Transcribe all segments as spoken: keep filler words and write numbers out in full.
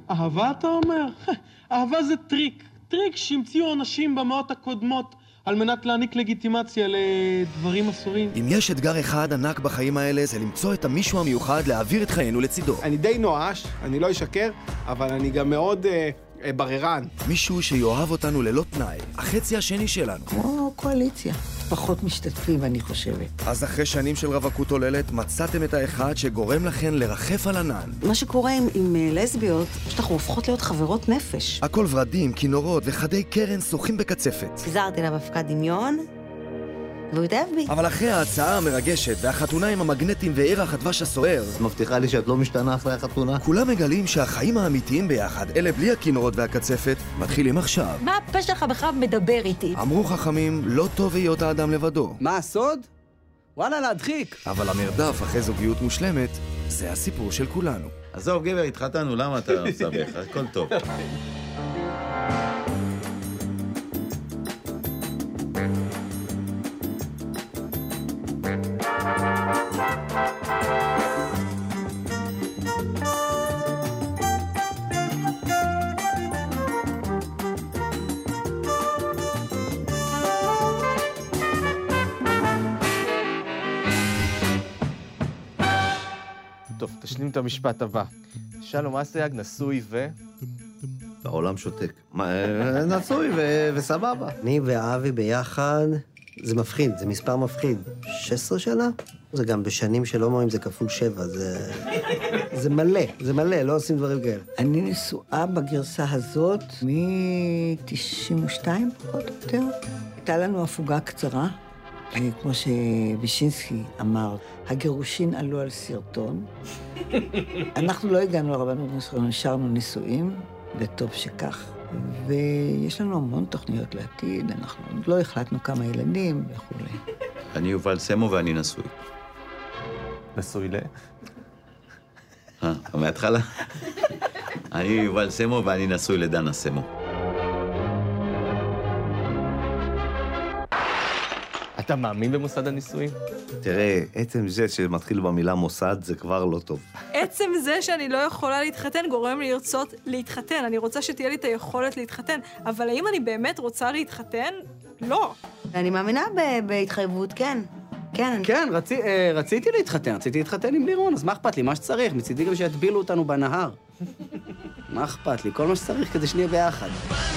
אהבה אתה אומר? אהבה זה טריק. טריק שהמציאו אנשים במאות הקודמות על מנת להעניק לגיטימציה לדברים אסורים. אם יש אתגר אחד ענק בחיים האלה, זה למצוא את המישהו המיוחד להעביר את חיינו לצידו. אני די נואש, אני לא אשקר, אבל אני גם מאוד אה, אה, בררן. מישהו שיאהב אותנו ללא תנאי, החצי השני שלנו. כמו קואליציה. פחות משתתפים, אני חושבת. אז אחרי שנים של רווקות עוללת, מצאתם את האחד שגורם לכן לרחף על ענן. מה שקורה עם, עם לסביות, שאנחנו הופכות להיות חברות נפש. הכל ורדים, כינורות וחדי קרן שוחים בקצפת. פיזרתי לה בהפקת דמיון, והוא התאהב בי. אבל אחרי ההצעה המרגשת והחתונה עם המגנטים ועיר הדבש הסוער, מבטיחה לי שאת לא משתנה אחרי החתונה? כולם מגלים שהחיים האמיתיים ביחד, אלה בלי הכינורות והקצפת, מתחילים עכשיו. מה הפה שלך בכלל מדבר איתי? אמרו חכמים, לא טוב להיות האדם לבדו. מה הסוד? וואלה, להדחיק. אבל המרדף אחרי זוגיות מושלמת, זה הסיפור של כולנו. עזוב, גבר, התחתנו, למה אתה מסבך? הכל טוב. טוב, תשלים את המשפט הבא. שלום אסייג, נשוי ו... העולם שותק. נשוי וסבבה. אני ואבי ביחד, זה מפחיד, זה מספר מפחיד. שש עשרה שנה? זה גם בשנים שלא אומרים זה כפול שבע, זה... זה מלא, זה מלא, לא עושים דברים כאלה. אני נשואה בגרסה הזאת מ-תשעים ושתיים, פחות או יותר. הייתה לנו הפוגה קצרה. כמו שווישינסקי אמר, הגירושין עלו על סרטון. אנחנו לא הגענו לרבנות, נשארנו נישואים, וטוב שכך. ויש לנו המון תוכניות לעתיד, אנחנו לא החלטנו כמה ילדים וכו'. אני יובל סמו ואני נשוי. נשוי ל... אה, מההתחלה? אני יובל סמו ואני נשוי לדנה סמו. אתה מאמין במוסד הנישואים? תראה, עצם זה שמתחיל במילה מוסד זה כבר לא טוב. עצם זה שאני לא יכולה להתחתן גורם לי לרצות להתחתן. אני רוצה שתהיה לי את היכולת להתחתן, אבל האם אני באמת רוצה להתחתן? לא. אני מאמינה בהתחייבות, כן. כן. כן, רצי, אה, רציתי להתחתן, רציתי להתחתן עם לירון, אז מה אכפת לי? מה שצריך, מצידי גם שיטבילו אותנו בנהר. מה אכפת לי? כל מה שצריך כדי שנהיה ביחד.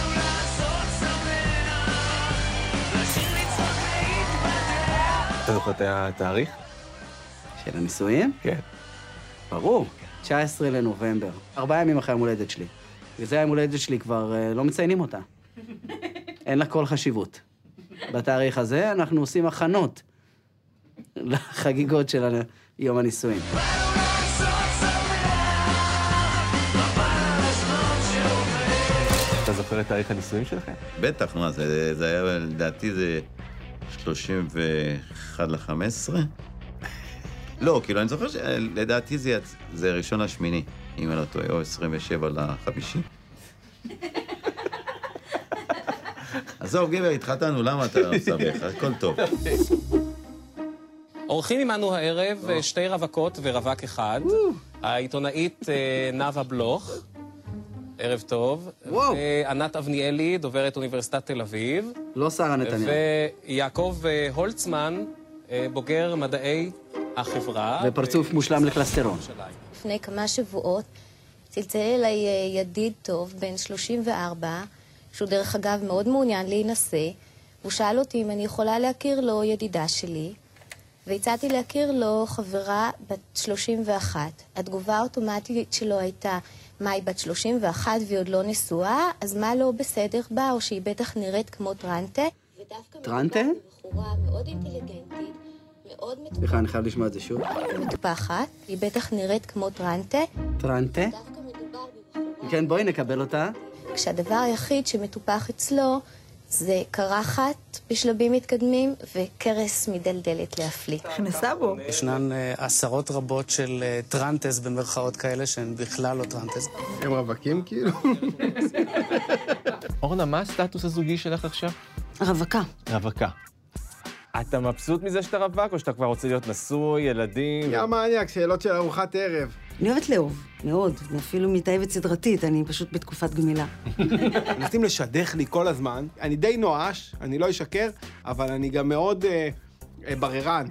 אתה זוכר את התאריך? של הנישואים? כן. ברור, תשעה עשרה לנובמבר, ארבעה ימים אחרי המולדת שלי. וזה היום הולדת שלי כבר אה, לא מציינים אותה. אין לה כל חשיבות. בתאריך הזה אנחנו עושים הכנות לחגיגות של יום הנישואים. אתה זוכר את תאריך הנישואים שלכם? בטח, מה, זה, זה היה, לדעתי זה שלושים ואחד לחמש עשרה? לא, כאילו, אני זוכר שלדעתי זה, זה ראשון לשמיני, אם אני לא טועה, או עשרים ושבע לחמישי. עזוב, גבר, התחתנו, למה אתה מסבך? הכל טוב. אורחים עמנו הערב שתי רווקות ורווק אחד. העיתונאית נאוה בלוך, ערב טוב. וענת אבניאלי, דוברת אוניברסיטת תל אביב. לא שרה נתניהו. ויעקב הולצמן, בוגר מדעי החברה. ופרצוף מושלם לקלסטרון. לפני כמה שבועות צלצל אליי ידיד טוב, בן שלושים וארבע, שהוא דרך אגב מאוד מעוניין להינשא. הוא שאל אותי אם אני יכולה להכיר לו ידידה שלי, והצעתי להכיר לו חברה בת שלושים ואחת. התגובה האוטומטית שלו הייתה, מה, היא בת שלושים ואחת והיא עוד לא נשואה? אז מה לא בסדר בה, או שהיא בטח נראית כמו טרנטה? טרנטה? בחורה מאוד אינטליגנטית, מאוד מטופחת. סליחה, אני חייב לשמוע את זה שוב. מטופחת, היא בטח נראית כמו טרנטה. טרנטה? דווקא מדובר בבחורה... כן, בואי נקבל אותה. כשהדבר היחיד שמטופח אצלו זה קרחת בשלבים מתקדמים וקרס מדלדלת להפליא. נכנסה בו. ישנן עשרות רבות של טרנטס במרכאות כאלה שהן בכלל לא טרנטס. הם רווקים כאילו? אורנה, מה הסטטוס הזוגי שלך עכשיו? רווקה. רווקה. אתה מבסוט מזה שאתה רווק, או שאתה כבר רוצה להיות נשוי, ילדים? יא מניאק, שאלות של ארוחת ערב. אני אוהבת לאהוב, מאוד. אני אפילו מתאהבת סדרתית, אני פשוט בתקופת גמילה. מנסים לשדך לי כל הזמן. אני די נואש, אני לא אשקר, אבל אני גם מאוד אה, אה, בררן.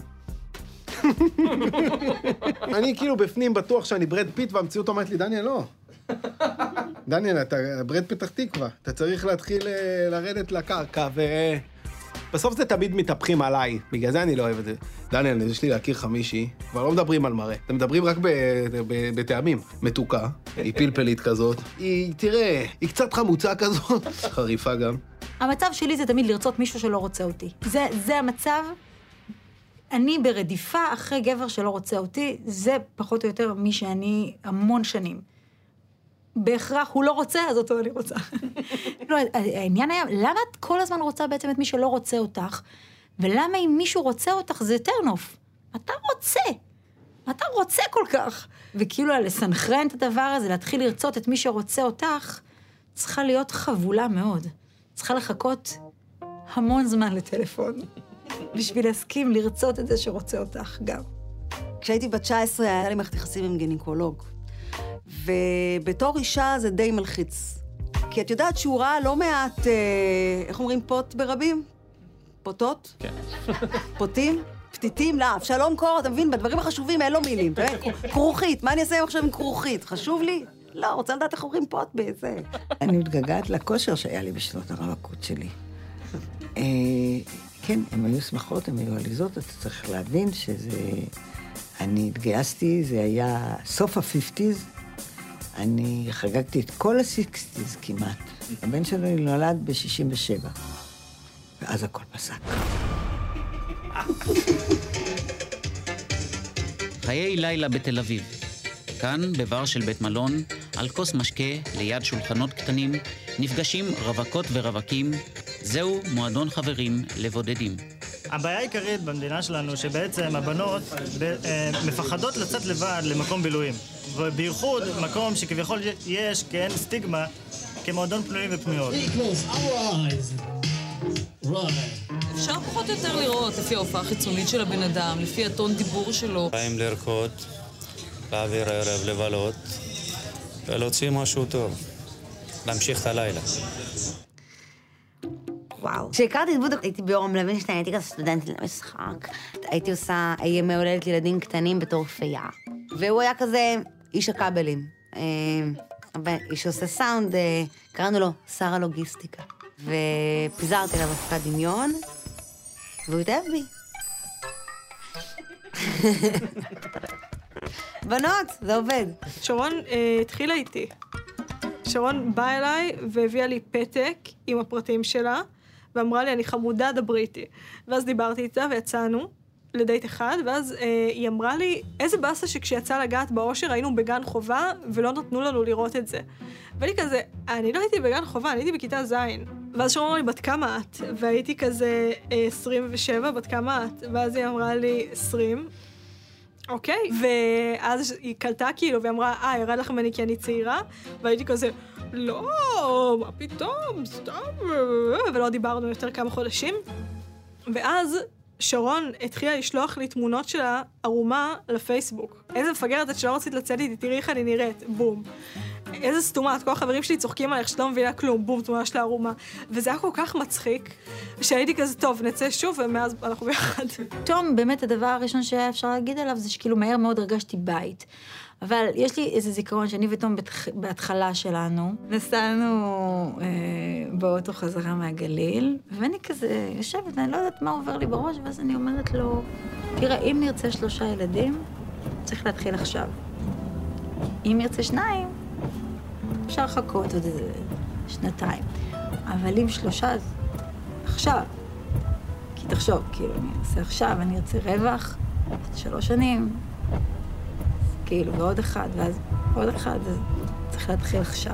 אני כאילו בפנים בטוח שאני ברד פיט, והמציאות אומרת לי, דניאל, לא. דניאל, אתה ברד פתח תקווה. אתה צריך להתחיל אה, לרדת לקרקע, ובסוף זה תמיד מתהפכים עליי. בגלל זה אני לא אוהב את זה. דניאל, יש לי להכיר חמישי, כבר לא מדברים על מראה. אתם מדברים רק בטעמים. מתוקה, היא פלפלית כזאת. היא, תראה, היא קצת חמוצה כזאת, חריפה גם. המצב שלי זה תמיד לרצות מישהו שלא רוצה אותי. זה, זה המצב. אני ברדיפה אחרי גבר שלא רוצה אותי, זה פחות או יותר מי שאני המון שנים. בהכרח הוא לא רוצה, אז אותו אני רוצה. לא, העניין היה, למה את כל הזמן רוצה בעצם את מי שלא רוצה אותך, ולמה אם מישהו רוצה אותך זה טרנוף? אתה רוצה. אתה רוצה כל כך. וכאילו לסנכרן את הדבר הזה, להתחיל לרצות את מי שרוצה אותך, צריכה להיות חבולה מאוד. צריכה לחכות המון זמן לטלפון, בשביל להסכים לרצות את זה שרוצה אותך גם. כשהייתי בת תשע עשרה היה לי מערכת יחסים עם גינקולוג. ובתור אישה זה די מלחיץ. כי את יודעת שהוא ראה לא מעט, אה, איך אומרים פוט ברבים? פוטות? כן. פוטים? פתיתים? לא, שלום קור, אתה מבין? בדברים החשובים אין לו מילים. כרוכית, מה אני אעשה עכשיו עם כרוכית? חשוב לי? לא, רוצה לדעת איך אומרים פוט בזה. אני מתגעגעת לכושר שהיה לי בשנות הרווקות שלי. אה, כן, הן היו שמחות, הן היו עליזות, אתה צריך להבין שזה... אני התגייסתי, זה היה סוף ה-חמישים. אני חגגתי את כל ה-שישים כמעט. הבן שלי נולד ב-שישים ושבע. ואז הכל פסק. חיי לילה בתל אביב. כאן, בבר של בית מלון, על כוס משקה, ליד שולחנות קטנים, נפגשים רווקות ורווקים. זהו מועדון חברים לבודדים. הבעיה העיקרית במדינה שלנו שבעצם הבנות מפחדות לצאת לבד למקום בילויים. ובייחוד מקום שכביכול יש, כן, סטיגמה, כמועדון פנויים ופנויות. אפשר פחות או יותר לראות לפי ההופעה החיצונית של הבן אדם, לפי הטון דיבור שלו. באים לרקוד, להעביר ערב, לבלות, ולהוציא משהו טוב, להמשיך את הלילה. וואו. כשהכרתי את בודוק, הייתי ביורם לוינשטיין, הייתי כזה סטודנטית למשחק. הייתי עושה, הייתי מעולדת ילדים קטנים בתור פייה. והוא היה כזה איש הכבלים. איש שעושה סאונד, קראנו לו שר הלוגיסטיקה. ופיזרתי לה בפקד דמיון, והוא התאהב בי. בנות, זה עובד. שרון אה, התחילה איתי. שרון באה אליי והביאה לי פתק עם הפרטים שלה, ואמרה לי, אני חמודה, דברי איתי. ואז דיברתי איתה ויצאנו לדייט אחד, ואז אה, היא אמרה לי, איזה באסה שכשיצא לגעת באושר היינו בגן חובה, ולא נתנו לנו לראות את זה. ואני כזה, אני לא הייתי בגן חובה, אני הייתי בכיתה זין. ואז שרון אמרה לי, בת כמה את? והייתי כזה אה, עשרים ושבע, בת כמה את? ואז היא אמרה לי, עשרים. אוקיי, ואז היא קלטה כאילו, והיא אמרה, אה, ירד לך ממני כי אני צעירה, והייתי כזה, לא, מה פתאום, סתם, ולא דיברנו יותר כמה חודשים. ואז שרון התחילה לשלוח לי תמונות שלה ערומה לפייסבוק. איזה מפגרת את שלא רצית לצאת איתי, תראי איך אני נראית, בום. איזה סתומה, את כל החברים שלי צוחקים עליך שלא מבינה כלום, בום, תמונה שלה ערומה. וזה היה כל כך מצחיק, שהייתי כזה, טוב, נצא שוב, ומאז אנחנו ביחד. תום, באמת הדבר הראשון שהיה אפשר להגיד עליו, זה שכאילו מהר מאוד הרגשתי בית. אבל יש לי איזה זיכרון שאני ותום בהתחלה שלנו, נסענו אה, באוטו חזרה מהגליל, ואני כזה יושבת, ואני לא יודעת מה עובר לי בראש, ואז אני אומרת לו, תראה, אם נרצה שלושה ילדים, צריך להתחיל עכשיו. אם נרצה שניים, אפשר לחכות עוד איזה שנתיים. אבל אם שלושה, אז עכשיו. כי תחשוב, כאילו, אני אעשה עכשיו, אני ארצה רווח, שלוש שנים, כאילו, ועוד אחד, ואז עוד אחד, אז צריך להתחיל עכשיו.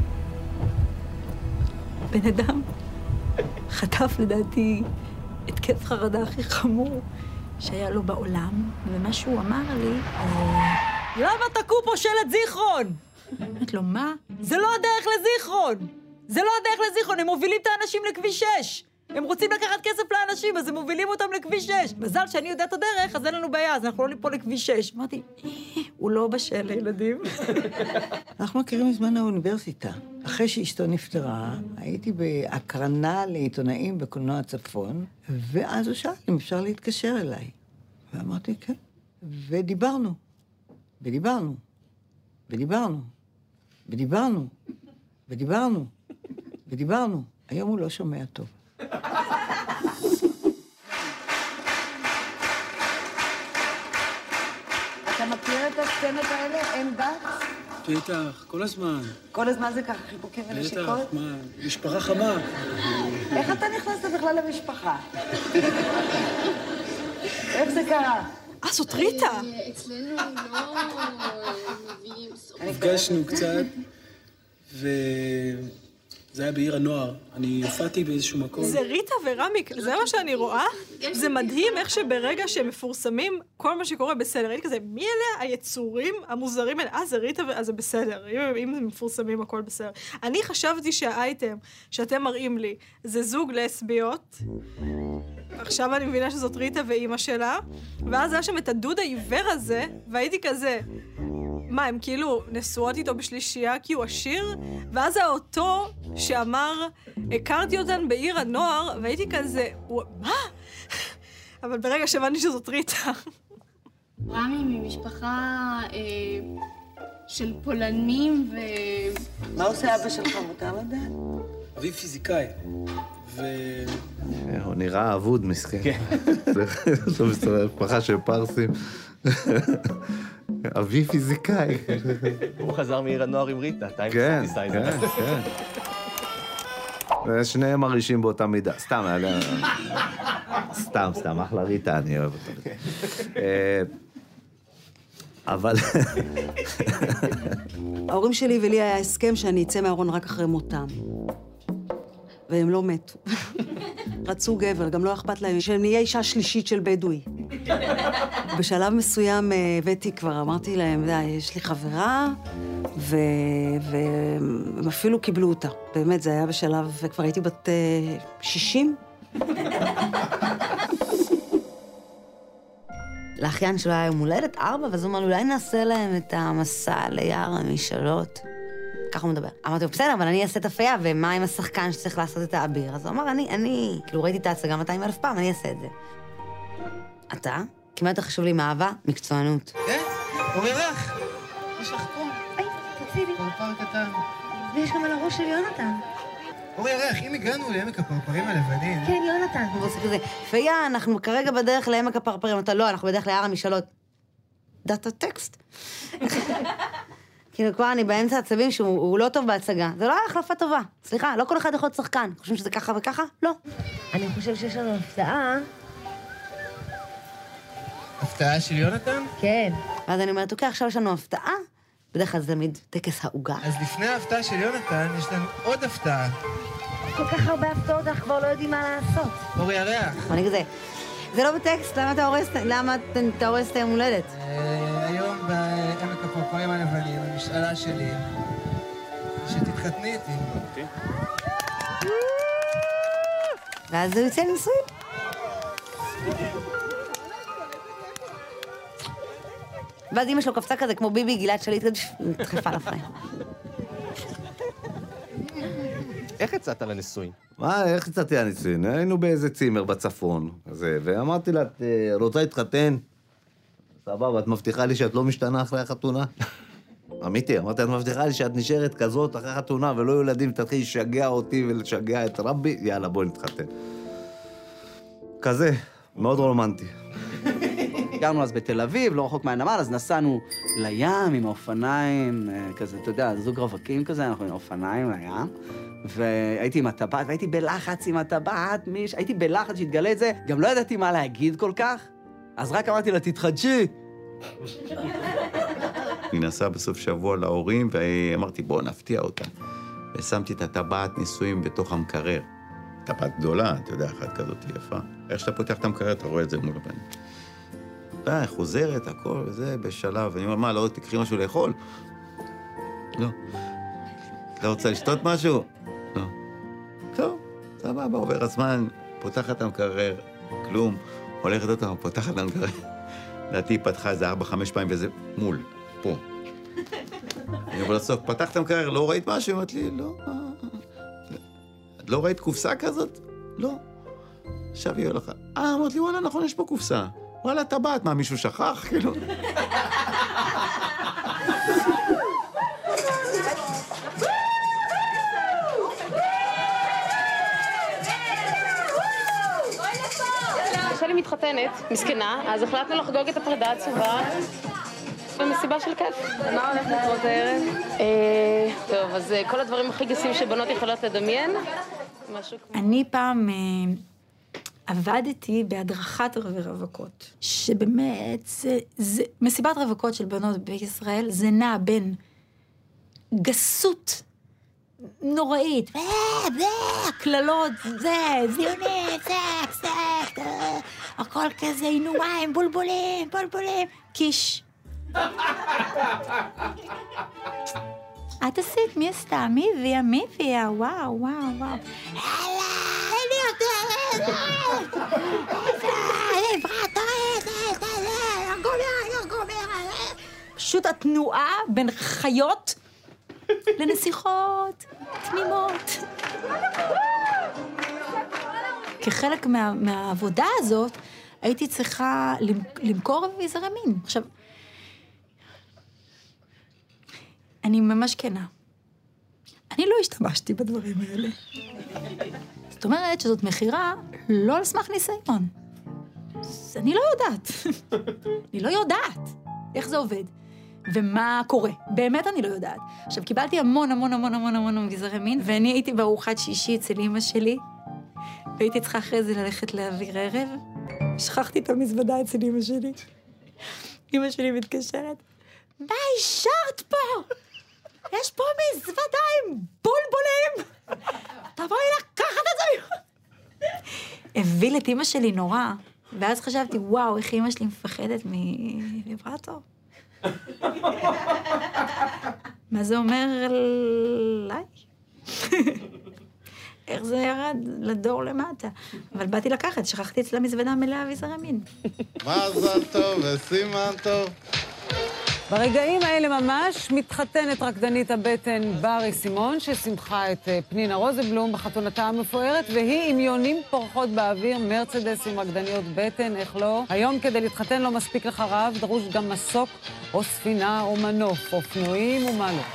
בן אדם חטף לדעתי התקף חרדה הכי חמור שהיה לו בעולם, ומה שהוא אמר לי, למה תקעו פה שלט זיכרון? אמרת לו, מה? זה לא הדרך לזיכרון! זה לא הדרך לזיכרון, הם מובילים את האנשים לכביש שש! הם רוצים לקחת כסף לאנשים, אז הם מובילים אותם לכביש שש. מזל שאני יודעת את הדרך, אז אין לנו בעיה, אז אנחנו לא ניפול לכביש שש. אמרתי, הוא לא בשל לילדים. אנחנו מכירים מזמן האוניברסיטה. אחרי שאשתו נפטרה, הייתי בהקרנה לעיתונאים בקולנוע הצפון, ואז הוא שאל אם אפשר להתקשר אליי. ואמרתי, כן. ודיברנו. ודיברנו. ודיברנו. ודיברנו. ודיברנו. ודיברנו. היום הוא לא שומע טוב. אתה מכיר את הסצנות האלה? אין דת? בטח, כל הזמן. כל הזמן זה ככה, חיבוקים ונשיקות? בטח, מה, משפחה חמה. איך אתה נכנסת בכלל למשפחה? איך זה קרה? אה, זאת ריטה. אצלנו לא מביאים... נפגשנו קצת, וזה היה בעיר הנוער. אני הופעתי באיזשהו מקום. זה ריטה ורמיק, זה מה שאני רואה. זה מדהים איך שברגע שהם מפורסמים, כל מה שקורה בסדר. ראיתי כזה, מי אלה היצורים המוזרים האלה? אה, זה ריטה ואז זה בסדר. אם הם מפורסמים, הכל בסדר. אני חשבתי שהאייטם שאתם מראים לי זה זוג לסביות. עכשיו אני מבינה שזאת ריטה ואימא שלה, ואז היה שם את הדוד העיוור הזה, והייתי כזה, מה, הם כאילו נשואות איתו בשלישייה כי הוא עשיר? ואז האותו שאמר, הכרתי אותן בעיר הנוער, והייתי כזה, מה? אבל ברגע שהבנתי שזאת ריטה. רמי ממשפחה אה, של פולנים ו... מה עושה אבא שלך, מותר לדעת? אבי פיזיקאי, ו... הוא נראה אבוד מסכן. כן. זה משפחה של פרסים. אבי פיזיקאי. הוא חזר מעיר הנוער עם ריטה, אתה עם כן, סטי כן, כן. ושניהם מרגישים באותה מידה. סתם, סתם, סתם, אחלה ריטה, אני אוהב אותו. אבל... ההורים שלי ולי היה הסכם שאני אצא מהארון רק אחרי מותם. והם לא מתו. רצו גבר, גם לא אכפת להם שנהיה אישה שלישית של בדואי. בשלב מסוים הבאתי כבר, אמרתי להם, די, יש לי חברה, ו... והם אפילו קיבלו אותה. באמת, זה היה בשלב, וכבר הייתי בת שישים. לאחיין שלו היה יום הולדת ארבע, ואז הוא אמר, אולי נעשה להם את המסע ליער המשאלות. ככה הוא מדבר. אמרתי לו, בסדר, אבל אני אעשה את הפייה, ומה עם השחקן שצריך לעשות את האביר? אז הוא אמר, אני, אני, כאילו ראיתי את ההצגה מאתיים אלף פעם, אני אעשה את זה. אתה? כמעט יותר חשוב לי מאהבה, מקצוענות. כן? אורי רך, יש לך פה. היי, תצידי. פרפר קטן. ויש גם על הראש של יונתן. אורי רך, אם הגענו לעמק הפרפרים הלבנים... כן, יונתן. הוא עושה כזה, פייה, אנחנו כרגע בדרך לעמק הפרפרים, אתה לא, אנחנו בדרך ליער המשאלות. דאטה טקסט. כאילו, כבר אני באמצע עצבים שהוא לא טוב בהצגה. זה לא היה החלפה טובה. סליחה, לא כל אחד יכול להיות שחקן. חושבים שזה ככה וככה? לא. אני חושב שיש לנו הפתעה. הפתעה של יונתן? כן. ואז אני אומרת, אוקיי, עכשיו יש לנו הפתעה. בדרך כלל זה תמיד טקס העוגה. אז לפני ההפתעה של יונתן, יש לנו עוד הפתעה. כל כך הרבה הפתעות, אנחנו כבר לא יודעים מה לעשות. אורי ירח. אני כזה, זה לא בטקסט, למה אתה הורס, למה אתה הורס את היום הולדת? היום בעמק הפרפרים הלבנים, המשאלה שלי, שתתחתני איתי. ואז זה יוצא ניסוי. ואז אמא שלו קפצה כזה, כמו ביבי גלעד שליט, נדחפה לפריים. איך יצאת לניסויים? מה, איך יצאתי לניסויים? היינו באיזה צימר בצפון, ואמרתי לה, את רוצה להתחתן? סבבה, את מבטיחה לי שאת לא משתנה אחרי החתונה? אמיתי, אמרתי, את מבטיחה לי שאת נשארת כזאת אחרי החתונה, ולא ילדים, תתחיל לשגע אותי ולשגע את רבי, יאללה, בואי נתחתן. כזה, מאוד רומנטי. גרנו אז בתל אביב, לא רחוק מהנמל, אז נסענו לים עם האופניים, כזה, אתה יודע, זוג רווקים כזה, אנחנו עם האופניים לים, והייתי עם הטבעת, והייתי בלחץ עם הטבעת, מיש... הייתי בלחץ שהתגלה את זה, גם לא ידעתי מה להגיד כל כך, אז רק אמרתי לה, תתחדשי. אני נסע בסוף שבוע להורים, ואמרתי, בואו נפתיע אותם. ושמתי את הטבעת ניסויים בתוך המקרר. טבעת גדולה, אתה יודע, אחת כזאת יפה. איך שאתה פותח את המקרר, אתה רואה את זה מול הפנים. די, חוזרת, הכל, וזה בשלב. ואני אומר, מה, לא תקחי משהו לאכול? לא. אתה רוצה לשתות משהו? לא. טוב, סבבה, עובר הזמן. פותחת את המקרר, כלום, הולכת אותה, פותחת את המקרר. לדעתי היא פתחה איזה ארבע, חמש פעמים, וזה מול, פה. אני אומר לסוף, פתחת את המקרר, לא ראית משהו? היא אומרת לי, לא. לא ראית קופסה כזאת? לא. עכשיו היא הולכה. אה, אמרת לי, וואלה, נכון, יש פה קופסה. וואלה, טבעת, מה, מישהו שכח? כאילו. שלי מתחתנת, מסכנה, אז החלטנו לחגוג את הפרידה העצובה במסיבה של כיף. מה הולך לקרות הערב? טוב, אז כל הדברים הכי גסים שבנות יכולות לדמיין. אני פעם עבדתי בהדרכת רווקות, שבאמת, מסיבת רווקות של בנות בישראל, זה נע בין גסות נוראית, כללות, זה, זיונית, סקס, סקס, הכל כזה, עינויים, בולבולים, בולבולים, קיש. את עשית, מי עשתה? מי הביאה? מי הביאה? וואו, וואו, וואו. הלאה, אני יודעת, פשוט התנועה בין חיות לנסיכות תמימות. כחלק מה, מהעבודה הזאת, הייתי צריכה למכור אביזרי מין. עכשיו, אני ממש כנה. אני לא השתמשתי בדברים האלה. זאת אומרת שזאת מחירה לא על סמך ניסיון. אז אני לא יודעת. אני לא יודעת איך זה עובד. ומה קורה. באמת אני לא יודעת. עכשיו, קיבלתי המון, המון, המון, המון, המון אביזרי מין, ואני הייתי בארוחת שישי אצל אמא שלי, והייתי צריכה אחרי זה ללכת לאוויר ערב. שכחתי את המזוודה אצל אמא שלי. אמא שלי מתקשרת. מה השארת פה? יש פה מזוודה עם בולבולים. תבואי לקחת את זה. הביל את אמא שלי נורא, ואז חשבתי, וואו, איך אמא שלי מפחדת מוויברטור. מה זה אומר עליי? איך זה ירד לדור למטה. אבל באתי לקחת, שכחתי אצלה מזוודה מלאה אביזרי מין. מזל טוב וסימן טוב. ברגעים האלה ממש מתחתנת רקדנית הבטן ברי סימון, ששמחה את פנינה רוזנבלום בחתונתה המפוארת, והיא עם יונים פורחות באוויר, מרצדס עם רקדניות בטן, איך לא? היום כדי להתחתן לא מספיק לך רב, דרוש גם מסוק או ספינה או מנוף, אופנועים ומה לא.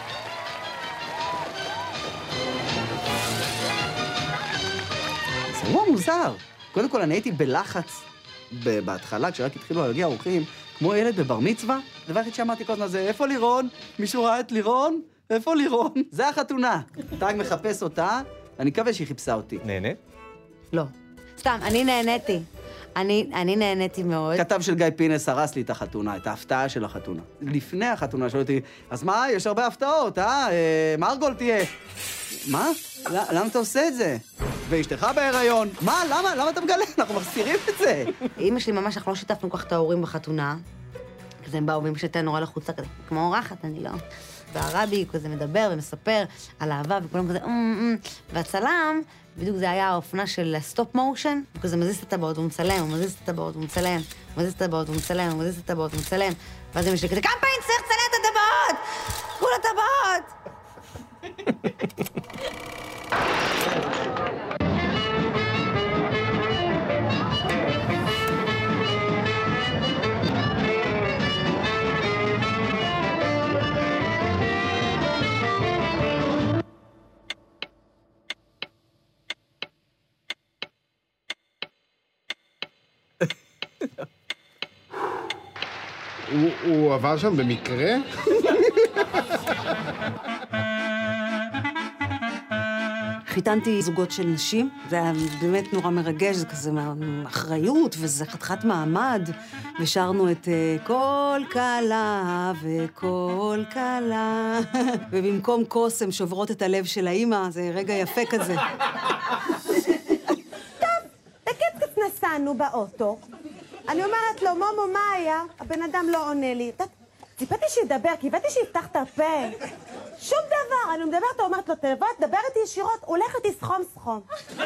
זה אירוע מוזר. קודם כל אני הייתי בלחץ בהתחלה, כשרק התחילו להגיע אורחים, כמו ילד בבר מצווה. הדבר הכי שאמרתי כל הזמן זה, איפה לירון? מישהו ראה את לירון? איפה לירון? זה החתונה. טאג מחפש אותה, אני מקווה שהיא חיפשה אותי. נהנית? לא. סתם, אני נהניתי. אני, אני נהניתי מאוד. כתב של גיא פינס הרס לי את החתונה, את ההפתעה של החתונה. לפני החתונה שאלתי, אז מה, יש הרבה הפתעות, אה? מרגול תהיה. מה? למה אתה עושה את זה? ואשתך בהיריון. מה? למה? למה אתה מגלה? אנחנו מחסירים את זה. אמא שלי ממש, אנחנו לא שיתפנו כך את ההורים בחתונה. כזה הם באו, ואמא שלי הייתה נורא לחוצה כזה, כמו אורחת, אני לא. והרבי כזה מדבר ומספר על אהבה, וכולם כזה, והצלם, בדיוק זה היה האופנה של סטופ מושן, הוא כזה מזיז את הטבעות ומצלם, הוא מזיז את הטבעות ומצלם, הוא מזיז את הטבעות ומצלם, הוא מזיז את הטבעות ומצלם, ואז אמא שלי כזה, כמה פעמים צריך לצלם את הטבעות? כול הטבעות! הוא עבר שם במקרה? חיתנתי זוגות של נשים, זה היה באמת נורא מרגש, זה כזה אחריות, וזה חתיכת מעמד, ושרנו את כל קלה וכל קלה, ובמקום קוסם שוברות את הלב של האמא, זה רגע יפה כזה. טוב, בקצקץ נסענו באוטו, אני אומרת לו, מומו, מה היה? הבן אדם לא עונה לי. ציפיתי שידבר, קיוויתי שיפתח את הפה. שום דבר. אני מדברת, אומרת לו, תבוא, תדבר איתי ישירות, הולך איתי סכום סכום.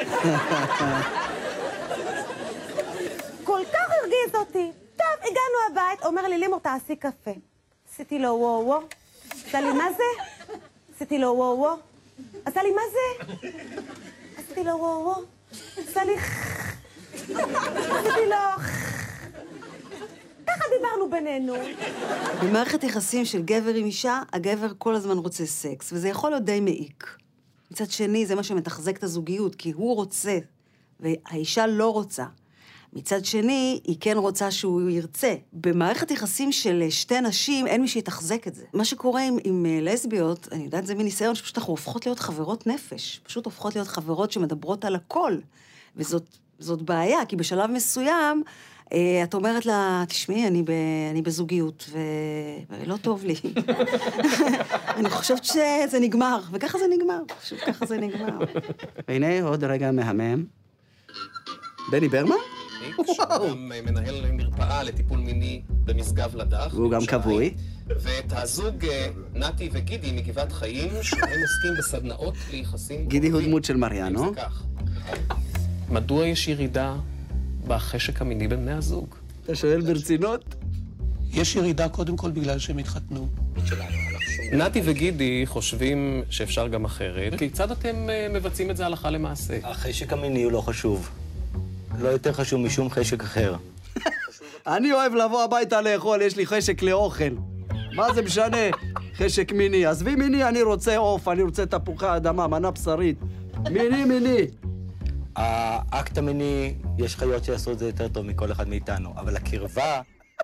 כל כך הרגיז אותי. טוב, הגענו הבית, אומר לי, לימור, תעשי קפה. עשיתי לו וואו וואו. עשה לי מה זה? עשיתי לו וואו וואו. עשה לי מה זה? עשיתי לו וואו וואו. עשה לי חח. עשיתי לו חח. ככה דיברנו בינינו. במערכת יחסים של גבר עם אישה, הגבר כל הזמן רוצה סקס, וזה יכול להיות די מעיק. מצד שני, זה מה שמתחזק את הזוגיות, כי הוא רוצה, והאישה לא רוצה. מצד שני, היא כן רוצה שהוא ירצה. במערכת יחסים של שתי נשים, אין מי שיתחזק את זה. מה שקורה עם, עם לסביות, אני יודעת, זה מניסיון שפשוט אנחנו הופכות להיות חברות נפש. פשוט הופכות להיות חברות שמדברות על הכל. וזאת זאת בעיה, כי בשלב מסוים, אה, את אומרת לה, תשמעי, אני, ב, אני בזוגיות, ו... ולא טוב לי. אני חושבת שזה נגמר, וככה זה נגמר. פשוט ככה זה נגמר. והנה עוד רגע מהמם. בני ברמן? שהוא גם מנהל מרפאה לטיפול מיני במשגב לדח. הוא גם קבוי. ואת הזוג נתי וגידי מגבעת חיים, שהם עוסקים בסדנאות ליחסים... גידי הוא דמות של מריאנו. מדוע יש ירידה בחשק המיני בין בני הזוג? אתה שואל ברצינות? יש ירידה קודם כל בגלל שהם התחתנו. נתי וגידי חושבים שאפשר גם אחרת. כיצד אתם מבצעים את זה הלכה למעשה? החשק המיני הוא לא חשוב. לא יותר חשוב משום חשק אחר. אני אוהב לבוא הביתה לאכול, יש לי חשק לאוכל. מה זה משנה? חשק מיני. עזבי מיני, אני רוצה עוף, אני רוצה תפוחי אדמה, מנה בשרית. מיני, מיני. האקט המיני, יש חיות שיעשו את זה יותר טוב מכל אחד מאיתנו, אבל הקרבה...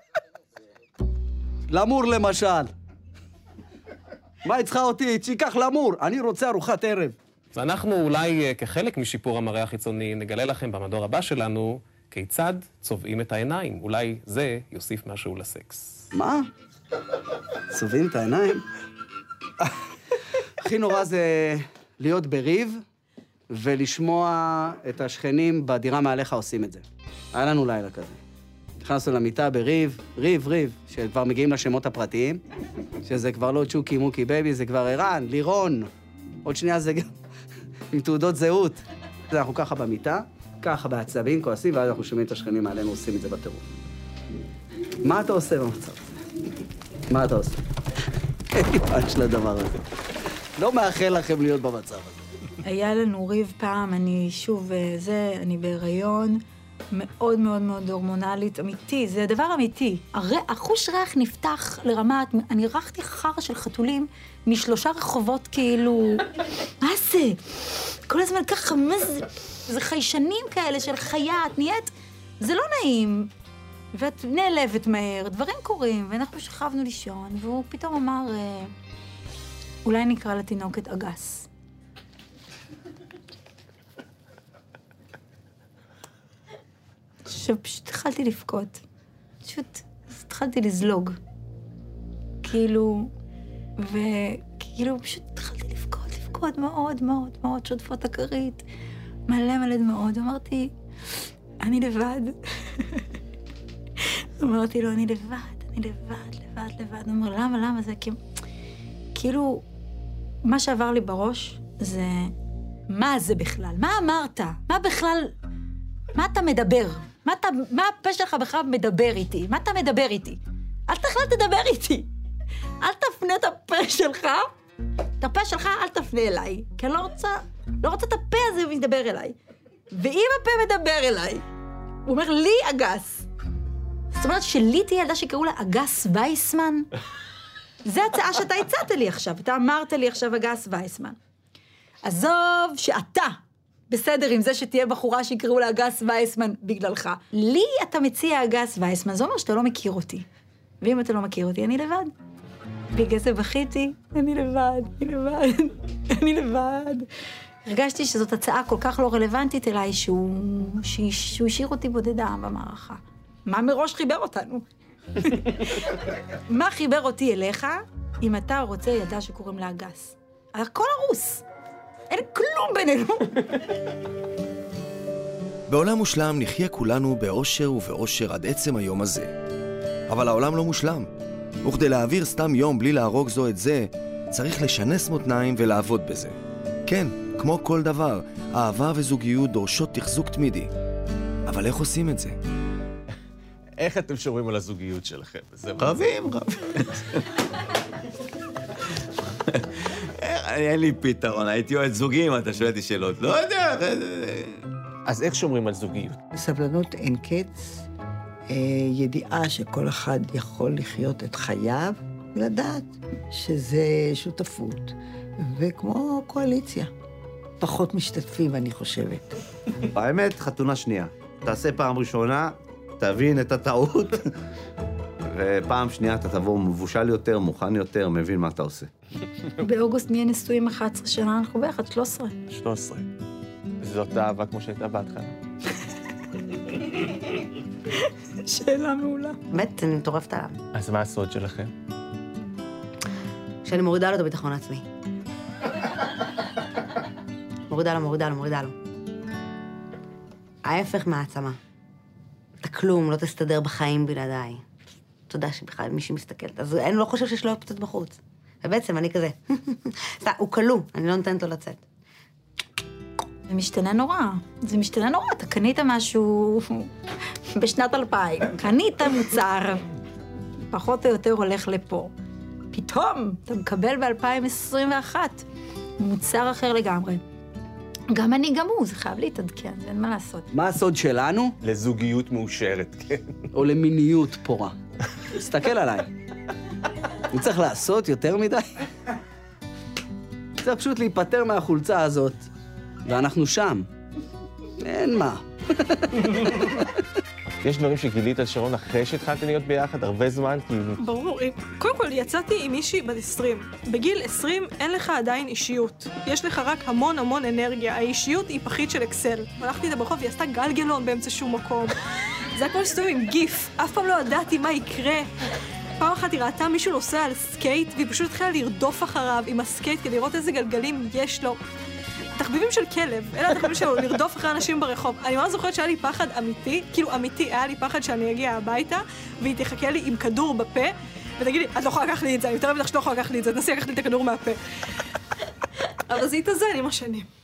למור למשל. מה היא צריכה אותי? שיקח למור. אני רוצה ארוחת ערב. ואנחנו אולי כחלק משיפור המראה החיצוני נגלה לכם במדור הבא שלנו כיצד צובעים את העיניים. אולי זה יוסיף משהו לסקס. מה? צובעים את העיניים? הכי נורא זה להיות בריב ולשמוע את השכנים בדירה מעליך עושים את זה. היה לנו לילה כזה. נכנסנו למיטה בריב, ריב, ריב, שכבר מגיעים לשמות הפרטיים, שזה כבר לא צ'וקי, מוקי, בייבי, זה כבר ערן, לירון. עוד שנייה זה גם עם תעודות זהות. אנחנו ככה במיטה, ככה בעצבים, כועסים, ואז אנחנו שומעים את השכנים עלינו עושים את זה בטירוף. מה אתה עושה במצב? מה אתה עושה? אין לי פאנץ' לדבר הזה. לא מאחל לכם להיות במצב הזה. היה לנו ריב פעם, אני שוב, זה, אני בהיריון, מאוד מאוד מאוד הורמונלית, אמיתי, זה דבר אמיתי. הר... החוש ריח נפתח לרמת, אני רחתי חרא של חתולים משלושה רחובות כאילו, מה זה? כל הזמן ככה, מה זה? זה חיישנים כאלה של חיה, את נהיית, זה לא נעים. ואת נעלבת מהר, דברים קורים, ואנחנו שכבנו לישון, והוא פתאום אמר, אולי נקרא לתינוקת אגס. שפשוט התחלתי לבכות. פשוט התחלתי לזלוג. כאילו, וכאילו פשוט התחלתי לבכות, לבכות מאוד מאוד מאוד, שוטפות הכרית, מלא מלא דמעות. אמרתי, אני לבד. אמרתי לו, אני לבד, אני לבד, לבד, לבד. הוא אומר, למה, למה זה? כי... כאילו, מה שעבר לי בראש זה, מה זה בכלל? מה אמרת? מה בכלל, מה אתה מדבר? מה, אתה, מה הפה שלך בכלל מדבר איתי? מה אתה מדבר איתי? אל תכלל תדבר איתי. אל תפנה את הפה שלך, את הפה שלך אל תפנה אליי. כי אני לא רוצה, לא רוצה את הפה הזה מדבר אליי. ואם הפה מדבר אליי, הוא אומר לי אגס. זאת אומרת שלי תהיה ילדה שקראו לה אגס וייסמן. זה הצעה שאתה הצעת לי עכשיו. אתה אמרת לי עכשיו אגס וייסמן. עזוב שאתה בסדר עם זה שתהיה בחורה שיקראו לה אגס וייסמן בגללך. לי אתה מציע אגס וייסמן, זה אומר שאתה לא מכיר אותי. ואם אתה לא מכיר אותי, אני לבד. בגלל זה בכיתי, אני לבד, אני לבד, אני לבד. הרגשתי שזאת הצעה כל כך לא רלוונטית אליי, שהוא, שהוא השאיר אותי בודדה במערכה. מה מראש חיבר אותנו? מה חיבר אותי אליך, אם אתה רוצה ילדה שקוראים לה אגס? הכל הרוס. אין כלום בינינו. בעולם מושלם נחיה כולנו באושר ובאושר עד עצם היום הזה. אבל העולם לא מושלם. וכדי להעביר סתם יום בלי להרוג זו את זה, צריך לשנס מותניים ולעבוד בזה. כן, כמו כל דבר, אהבה וזוגיות דורשות תחזוק תמידי. אבל איך עושים את זה? איך אתם שומרים על הזוגיות שלכם? רבים, רבים. אין לי פתרון, הייתי יועץ זוגים, אתה שואל אותי שאלות. לא יודע. אז איך שומרים על זוגיות? בסבלנות אין קץ, ידיעה שכל אחד יכול לחיות את חייו, ולדעת שזה שותפות, וכמו קואליציה. פחות משתתפים, אני חושבת. האמת, חתונה שנייה. תעשה פעם ראשונה, תבין את הטעות, ופעם שנייה אתה תבוא מבושל יותר, מוכן יותר, מבין מה אתה עושה. באוגוסט נהיה נשואים אחת עשרה שנה, אנחנו ביחד שלוש עשרה. שלוש עשרה. זאת אהבה כמו שהייתה בהתחלה. שאלה מעולה. באמת, אני מטורפת עליו. אז מה הסוד שלכם? שאני מורידה לו את הביטחון העצמי. מורידה לו, מורידה לו, מורידה לו. ההפך מהעצמה. אתה כלום, לא תסתדר בחיים בלעדיי. תודה שבכלל מישהי מסתכלת. אז אני לא חושב שיש לו אופציות בחוץ. ובעצם אני כזה. הוא כלוא, אני לא נותנת לו לצאת. זה משתנה נורא. זה משתנה נורא. אתה קנית משהו בשנת אלפיים. קנית מוצר, פחות או יותר הולך לפה. פתאום אתה מקבל ב-אלפיים עשרים ואחת מוצר אחר לגמרי. גם אני, גם הוא, זה חייב להתעדכן, אין מה לעשות. מה הסוד שלנו? לזוגיות מאושרת, כן. או למיניות פורה. תסתכל עליי. הוא צריך לעשות יותר מדי. צריך פשוט להיפטר מהחולצה הזאת, ואנחנו שם. אין מה. יש דברים שגילית על שרון אחרי שהתחלתם להיות ביחד הרבה זמן? ברור. קודם כל, יצאתי עם מישהי בת עשרים. בגיל עשרים אין לך עדיין אישיות. יש לך רק המון המון אנרגיה. האישיות היא פחית של אקסל. הלכתי איתה ברחוב, היא עשתה גלגלון באמצע שום מקום. זה היה כמו שסתובב עם גיף. אף פעם לא ידעתי מה יקרה. פעם אחת היא ראתה מישהו נוסע על סקייט, והיא פשוט התחילה לרדוף אחריו עם הסקייט כדי לראות איזה גלגלים יש לו. תחביבים של כלב, אלה התחביבים שלו, לרדוף אחרי אנשים ברחוב. אני ממש זוכרת שהיה לי פחד אמיתי, כאילו אמיתי, היה לי פחד שאני אגיע הביתה, והיא תחכה לי עם כדור בפה, ותגיד לי, את לא יכולה לקח לי את זה, אני יותר בטח שלא יכולה לקח לי את זה, תנסי לקח לי את הכדור מהפה. אבל זה התאזן עם השנים.